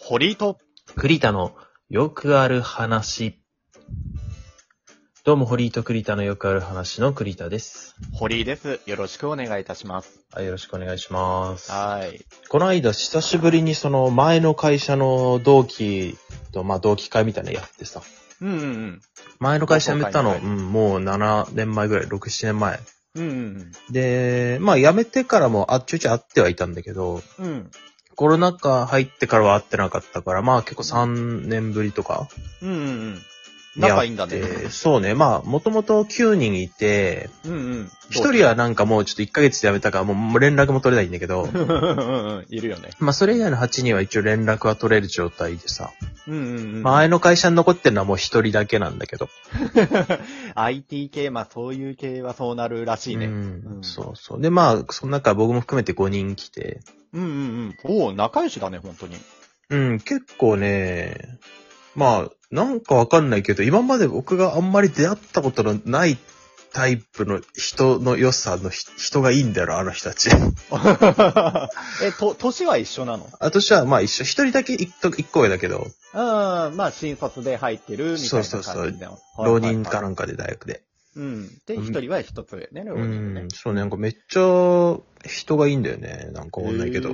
堀井と栗田のよくある話。どうも、堀井と栗田のよくある話の栗田です。 堀井です。よろしくお願いいたします。 はい、よろしくお願いします。 はい。 この間、久しぶりにその前の会社の同期と、同期会みたいなのやってさ。前の会社辞めたの、もう7年前ぐらい、6、7年前。で、辞めてからもちょいちょい会ってはいたんだけど、コロナ禍入ってからは会ってなかったから、結構3年ぶりとか。 仲いいんだね。 そうね。もともと9人いて、1人はなんかもうちょっと1ヶ月で辞めたから、もう連絡も取れないんだけど、 いるよね。 それ以外の8人は一応連絡は取れる状態でさ。前の会社に残ってるのはもう1人だけなんだけど。 IT 系、そういう系はそうなるらしいね。 そうそう。で、その中僕も含めて5人来て。 おー、仲良しだね、本当に。 結構ね、なんかわかんないけど、今まで僕があんまり出会ったことのないタイプの人の良さの人がいいんだよ、あの人たち。 年は一緒なの？ 年は一緒。一人だけ一個上だけど。 新卒で入ってるみたいな感じで。 そう。浪人かなんかで大学で。 で、一人は一つ上ね、浪人ね。 そうね、なんかめっちゃ人がいいんだよね。なんかわかんないけど。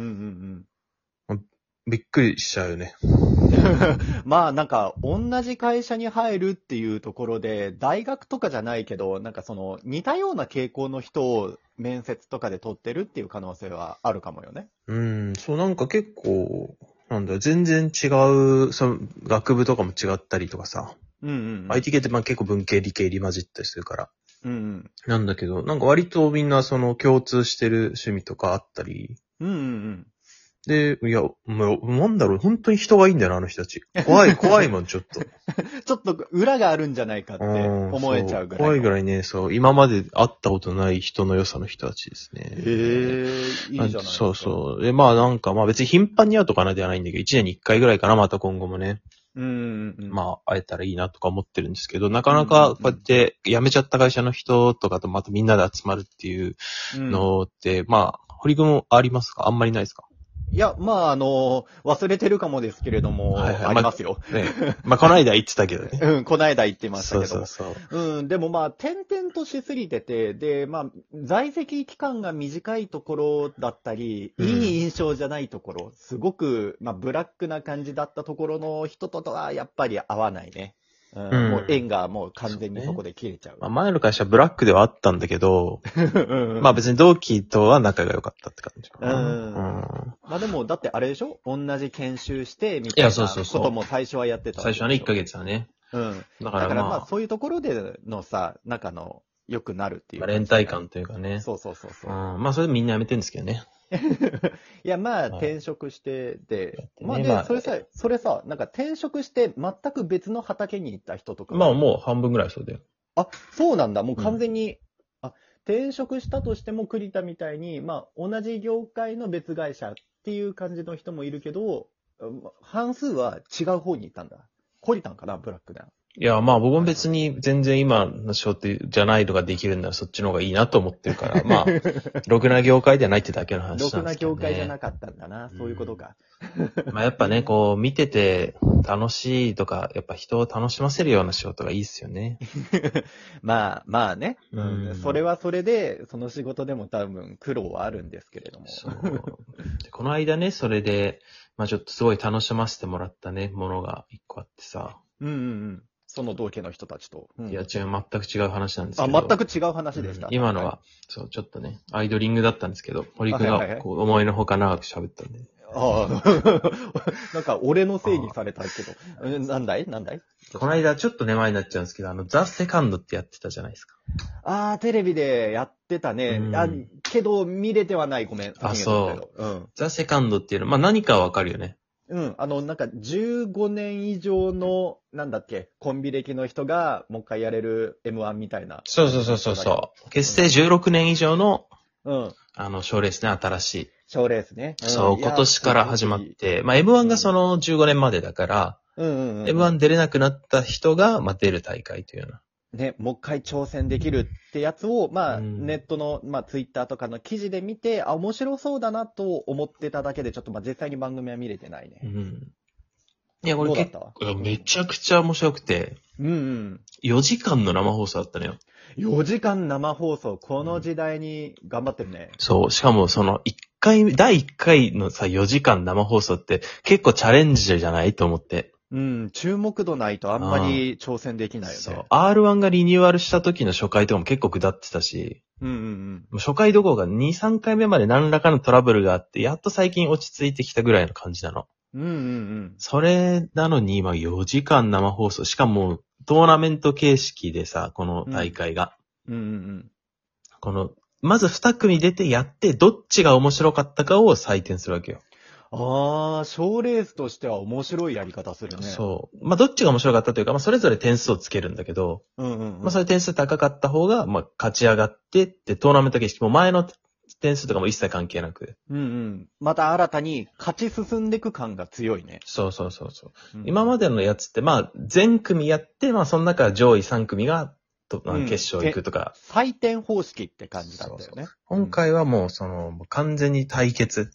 びっくりしちゃうよね。 なんか、同じ会社に入るっていうところで、大学とかじゃないけど、なんかその、似たような傾向の人を面接とかで取ってるっていう可能性はあるかもよね。 そう、なんか結構、全然違う、その、学部とかも違ったりとかさ。IT 系って結構文系理系入り混じったりするから。なんだけど、なんか割とみんなその共通してる趣味とかあったり。で、いや、なんだろう、本当に人がいいんだよな、あの人たち。怖いもん、ちょっと。 ちょっと裏があるんじゃないかって思えちゃうぐらい。 怖いぐらいね、そう、今まで会ったことない人の良さの人たちですね。 いいじゃないですか。 そう。で、なんか、別に頻繁に会うとかなではないんだけど、1年に1回ぐらいかな、また今後もね。会えたらいいなとか思ってるんですけど、なかなかこうやって辞めちゃった会社の人とかとまたみんなで集まるっていうのって、堀君もありますか？あんまりないですか？ いや、忘れてるかもですけれども、ありますよ。 この間言ってたけどね。 この間言ってましたけど。 そう。 でも転々としすぎてて、で、在籍期間が短いところだったり、いい印象じゃないところ、すごく、ブラックな感じだったところの人とはやっぱり合わないね。もう縁がもう完全にそこで切れちゃう。 前の会社ブラックではあったんだけど、別に同期とは仲が良かったって感じかな。 でも、だってあれでしょ？同じ研修してみたいなことも最初はやってた。 最初はね、1ヶ月はね。 だからそういうところでのさ、仲の良くなるっていう。 連帯感というかね。 そう。それでみんな辞めてるんですけどね。 いや、転職してで、それさ、なんか転職して全く別の畑に行った人とか。 もう半分ぐらいそうだよ。 あ、そうなんだ。もう完全に、転職したとしても栗田みたいに、同じ業界の別会社っていう感じの人もいるけど、半数は違う方に行ったんだ。懲りたんかな、ブラックな。 いや、僕も別に全然今の仕事じゃないのができるんだらそっちの方がいいなと思ってるから、ろくな業界ではないってだけの話なんですけどね。 ろくな業界じゃなかったんだな、そういうことか。 やっぱね、こう見てて楽しいとか、やっぱ人を楽しませるような仕事がいいっすよね。 ね、それはそれで、その仕事でも多分苦労はあるんですけれども。 この間ね、それで、ちょっとすごい楽しませてもらったね、ものが一個あってさ。 その同期の人たちと。 いや、全く違う話なんですけど。 全く違う話でした。 今のは、ちょっとね、アイドリングだったんですけど、堀君がこう思いのほか長く喋ったんで。 なんか、俺のせいにされたけど。なんだいこの間、ちょっと前になっちゃうんですけど、ザ・セカンドってやってたじゃないですか。 テレビでやってたね。けど、見れてはない。ごめん。 そう。ザ・セカンドっていうのは、何かわかるよね。 なんか15年以上の、コンビ歴の人が、もう一回やれる M1 みたいな。 そう。結成16年以上の、賞レースね、新しい。 賞レースね。 そう、今年から始まって、M1 がその15年までだから、M1 出れなくなった人が、出る大会というような。 ね、もう一回挑戦できるってやつを、まあ、ネットの、まあ、ツイッターとかの記事で見て、あ、面白そうだなと思ってただけで、ちょっとまあ、実際に番組は見れてないね。 いや、これ結構、めちゃくちゃ面白くて、4時間の生放送だったのよ。 4時間生放送、この時代に頑張ってるね。 そう、しかもその第1回のさ、4時間生放送って結構チャレンジじゃないと思って。 注目度ないとあんまり挑戦できないよね。 そう。R1 がリニューアルした時の初回とかも結構下ってたし、初回どころか2、3回目まで何らかのトラブルがあって、やっと最近落ち着いてきたぐらいの感じなの。それなのに今4時間生放送、しかもトーナメント形式でさ、この大会が。この、まず2組出てやって、どっちが面白かったかを採点するわけよ。 ああ、賞レースとしては面白いやり方するね。 そう。まあ、どっちが面白かったというか、まあ、それぞれ点数をつけるんだけど、まあ、それ点数高かった方が、まあ、勝ち上がってって、トーナメント形式も前の点数とかも一切関係なく。 また新たに勝ち進んでいく感が強いね。 そう。今までのやつって、まあ、全組やって、まあ、その中上位3組が、決勝行くとか。 採点方式って感じだったよね。 今回はもう、完全に対決。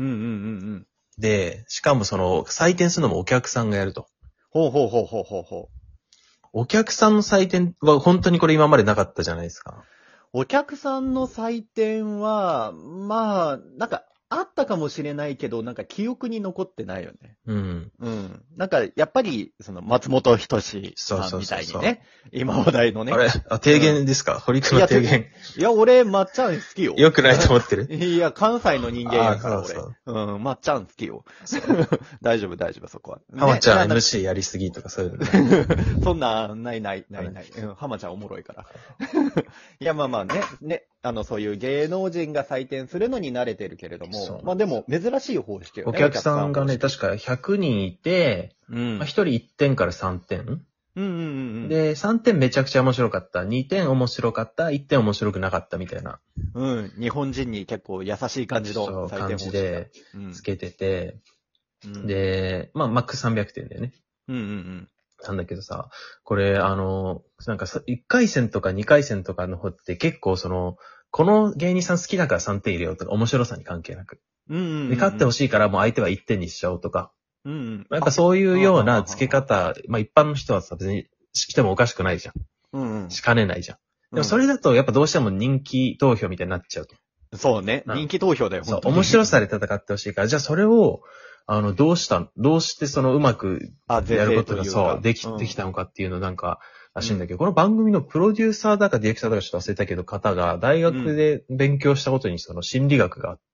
で、しかも採点するのもお客さんがやると。 ほう。 お客さんの採点は本当にこれ今までなかったじゃないですか。 お客さんの採点は、まあ、なんか、あったかもしれないけど、なんか記憶に残ってないよね。なんか、やっぱり、松本人志さんみたいにね。今話題のね。 あれ提言ですか、堀君の提言。 いや、俺、まっちゃん好きよ。 よくないと思ってるいや、関西の人間やから、俺。まっちゃん好きよ。大丈夫、そこは。 浜ちゃん MC やりすぎとかそういうの。 そんな、ない。浜ちゃんおもろいから。いや、まあね、そういう芸能人が採点するのに慣れてるけれども、まあでも、珍しい方式よね。 お客さんがね、確か100人いて、1人1点から3点。で、3点めちゃくちゃ面白かった。2点面白かった。1点面白くなかったみたいな。 日本人に結構優しい感じの採点方式でつけてて、で、まあ、マックス300点だよね。なんだけどさ、これ、なんか1回戦とか2回戦とかの方って結構この芸人さん好きだから3点入れようとか、面白さに関係なく。で、勝ってほしいからもう相手は1点にしちゃおうとか。やっぱそういうような付け方、まあ一般の人はさ、別にしてもおかしくないじゃん。しかねないじゃん。でもそれだとやっぱどうしても人気投票みたいになっちゃうと。 そうね。人気投票だよ、 そう。面白さで戦ってほしいから、じゃあそれを、どうしてうまくやることがそう、できたのかっていうのなんからしいんだけど、この番組のプロデューサーだかディレクターだかちょっと忘れたけど方が大学で勉強したことに心理学があって、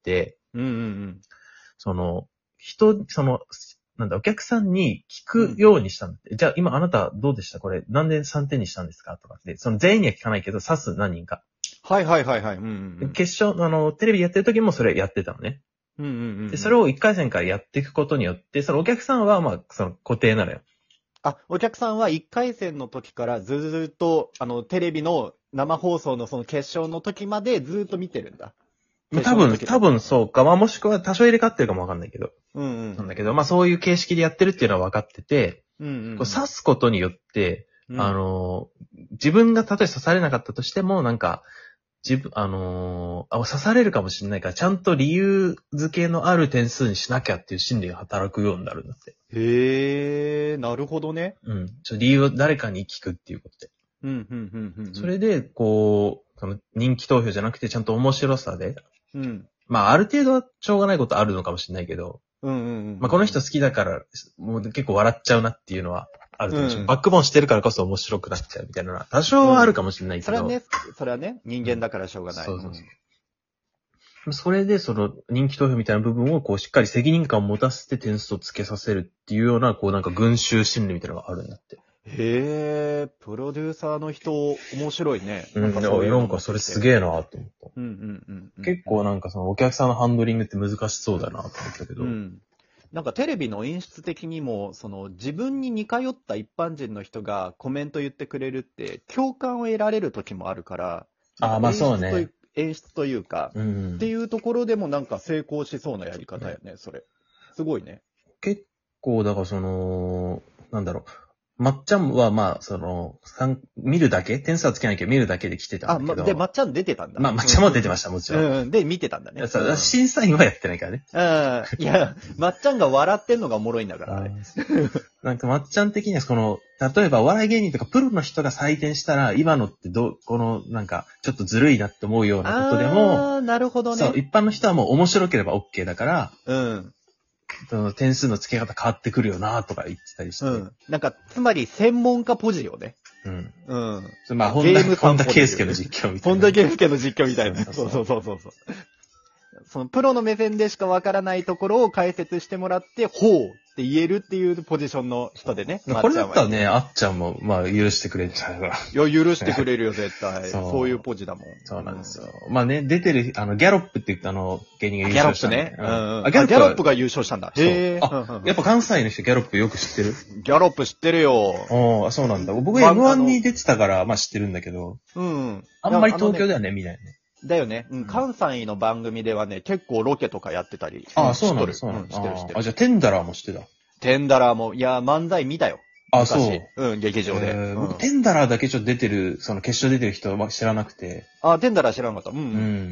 お客さんに聞くようにしたんだって。じゃあ今あなたどうでしたこれ、なんで3点にしたんですかとかって、全員には聞かないけど、指す何人か。 はい。 決勝、テレビやってる時もそれやってたのね。で、それを1回戦からやっていくことによって、そのお客さんは、まあ、固定なのよ。 あ、お客さんは1回戦の時からずっと、テレビの生放送のその決勝の時までずっと見てるんだ。 多分そうか。まあ、もしくは多少入れ替わってるかもわかんないけど。なんだけど、まあ、そういう形式でやってるっていうのは分かってて、指すことによって、自分がたとえ刺されなかったとしても、なんか、刺されるかもしれないから、ちゃんと理由付けのある点数にしなきゃっていう心理が働くようになるんだって。 へー、なるほどね。 理由を誰かに聞くっていうことで。それで、人気投票じゃなくて、ちゃんと面白さで。まあ、ある程度はしょうがないことあるのかもしれないけど、まあ、この人好きだから、もう結構笑っちゃうなっていうのはあると思うし、バックボーンしてるからこそ面白くなっちゃうみたいなのは、多少はあるかもしれないけど。 それはね、人間だからしょうがない。 それで、人気投票みたいな部分を、しっかり責任感を持たせて点数をつけさせるっていうような、なんか群衆心理みたいなのがあるんだって。 へー、プロデューサーの人、面白いね。 なんかそれすげえなと思った。結構なんかお客さんのハンドリングって難しそうだなと思ったけど。 なんかテレビの演出的にも、自分に似通った一般人の人がコメント言ってくれるって、共感を得られる時もあるから、 まあそうね。 演出というか、っていうところでもなんか成功しそうなやり方やね、それ。すごいね。 結構、だからなんだろう。 まっちゃんはまあ、見るだけ点数はつけなきゃ見るだけで来てたんだけど。 で、まっちゃん出てたんだ。 まっちゃんも出てました、もちろん。 うん。で、見てたんだね。 審査員はやってないからね。 いや、まっちゃんが笑ってんのがおもろいんだから、ね。 なんかまっちゃん的には例えばお笑い芸人とかプロの人が採点したら、今のってなんか、ちょっとずるいなって思うようなことでも、 なるほどね。 そう、一般の人はもう面白ければ OK だから、 うん。 点数の付け方変わってくるよなとか言ってたりして。うん。 なんか、つまり専門家ポジよね。 うん。 うん。 まあ、本田圭佑の実況みたいな。 本田圭佑の実況みたいな。そう。そのプロの目線でしかわからないところを解説してもらって、ほうって言えるっていうポジションの人でね。 これだったらね、あっちゃんも、まあ、許してくれちゃうから。 いや、許してくれるよ、絶対。そういうポジだもん。 そうなんですよ。まあね、出てる、ギャロップって言った芸人が優勝した。 ギャロップね。ギャロップが優勝したんだ。 へやっぱ関西の人ギャロップよく知ってる？ ギャロップ知ってるよ。 そうなんだ。僕 M1 に出てたから、まあ知ってるんだけど。うん。あんまり東京ではね、見ないね。 だよね。関西の番組ではね、結構ロケとかやってたり。 そうなんだ。知ってる。じゃあテンダラーも知ってた。 テンダラーも、いや、漫才見たよ。 そう。 うん、劇場で。 僕、テンダラーだけちょっと出てる、決勝出てる人は知らなくて。 テンダラー知らなかった。うん。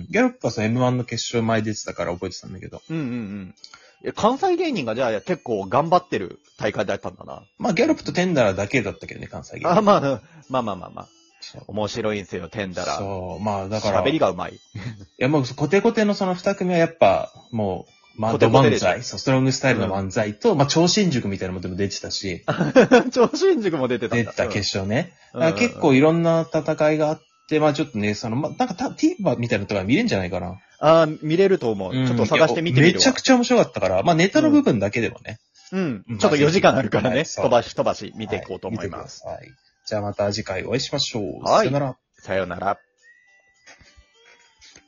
ギャロップはM1 の決勝前出てたから覚えてたんだけど。 関西芸人がじゃあ結構頑張ってる大会だったんだな。 まあ、ギャロップとテンダラーだけだったけどね、関西芸人。 まあ。面白いんですよ、テンダラー。 そう、まあだから。 喋りがうまい。いや、もう、コテコテのその二組はやっぱ、もう、漫才、ストロングスタイルの漫才と、超新塾みたいなのもでも出てたし。 超新塾も出てたんだ。 出てた決勝ね。結構いろんな戦いがあって、ちょっとね、なんかTVer みたいなところ見れるんじゃないかな。 見れると思う。ちょっと探してみてみるわ。 めちゃくちゃ面白かったから、ネタの部分だけでもね。 ちょっと4時間あるからね、飛ばし見ていこうと思います。 はい。じゃあまた次回お会いしましょう。 はい。 さよなら。 さよなら。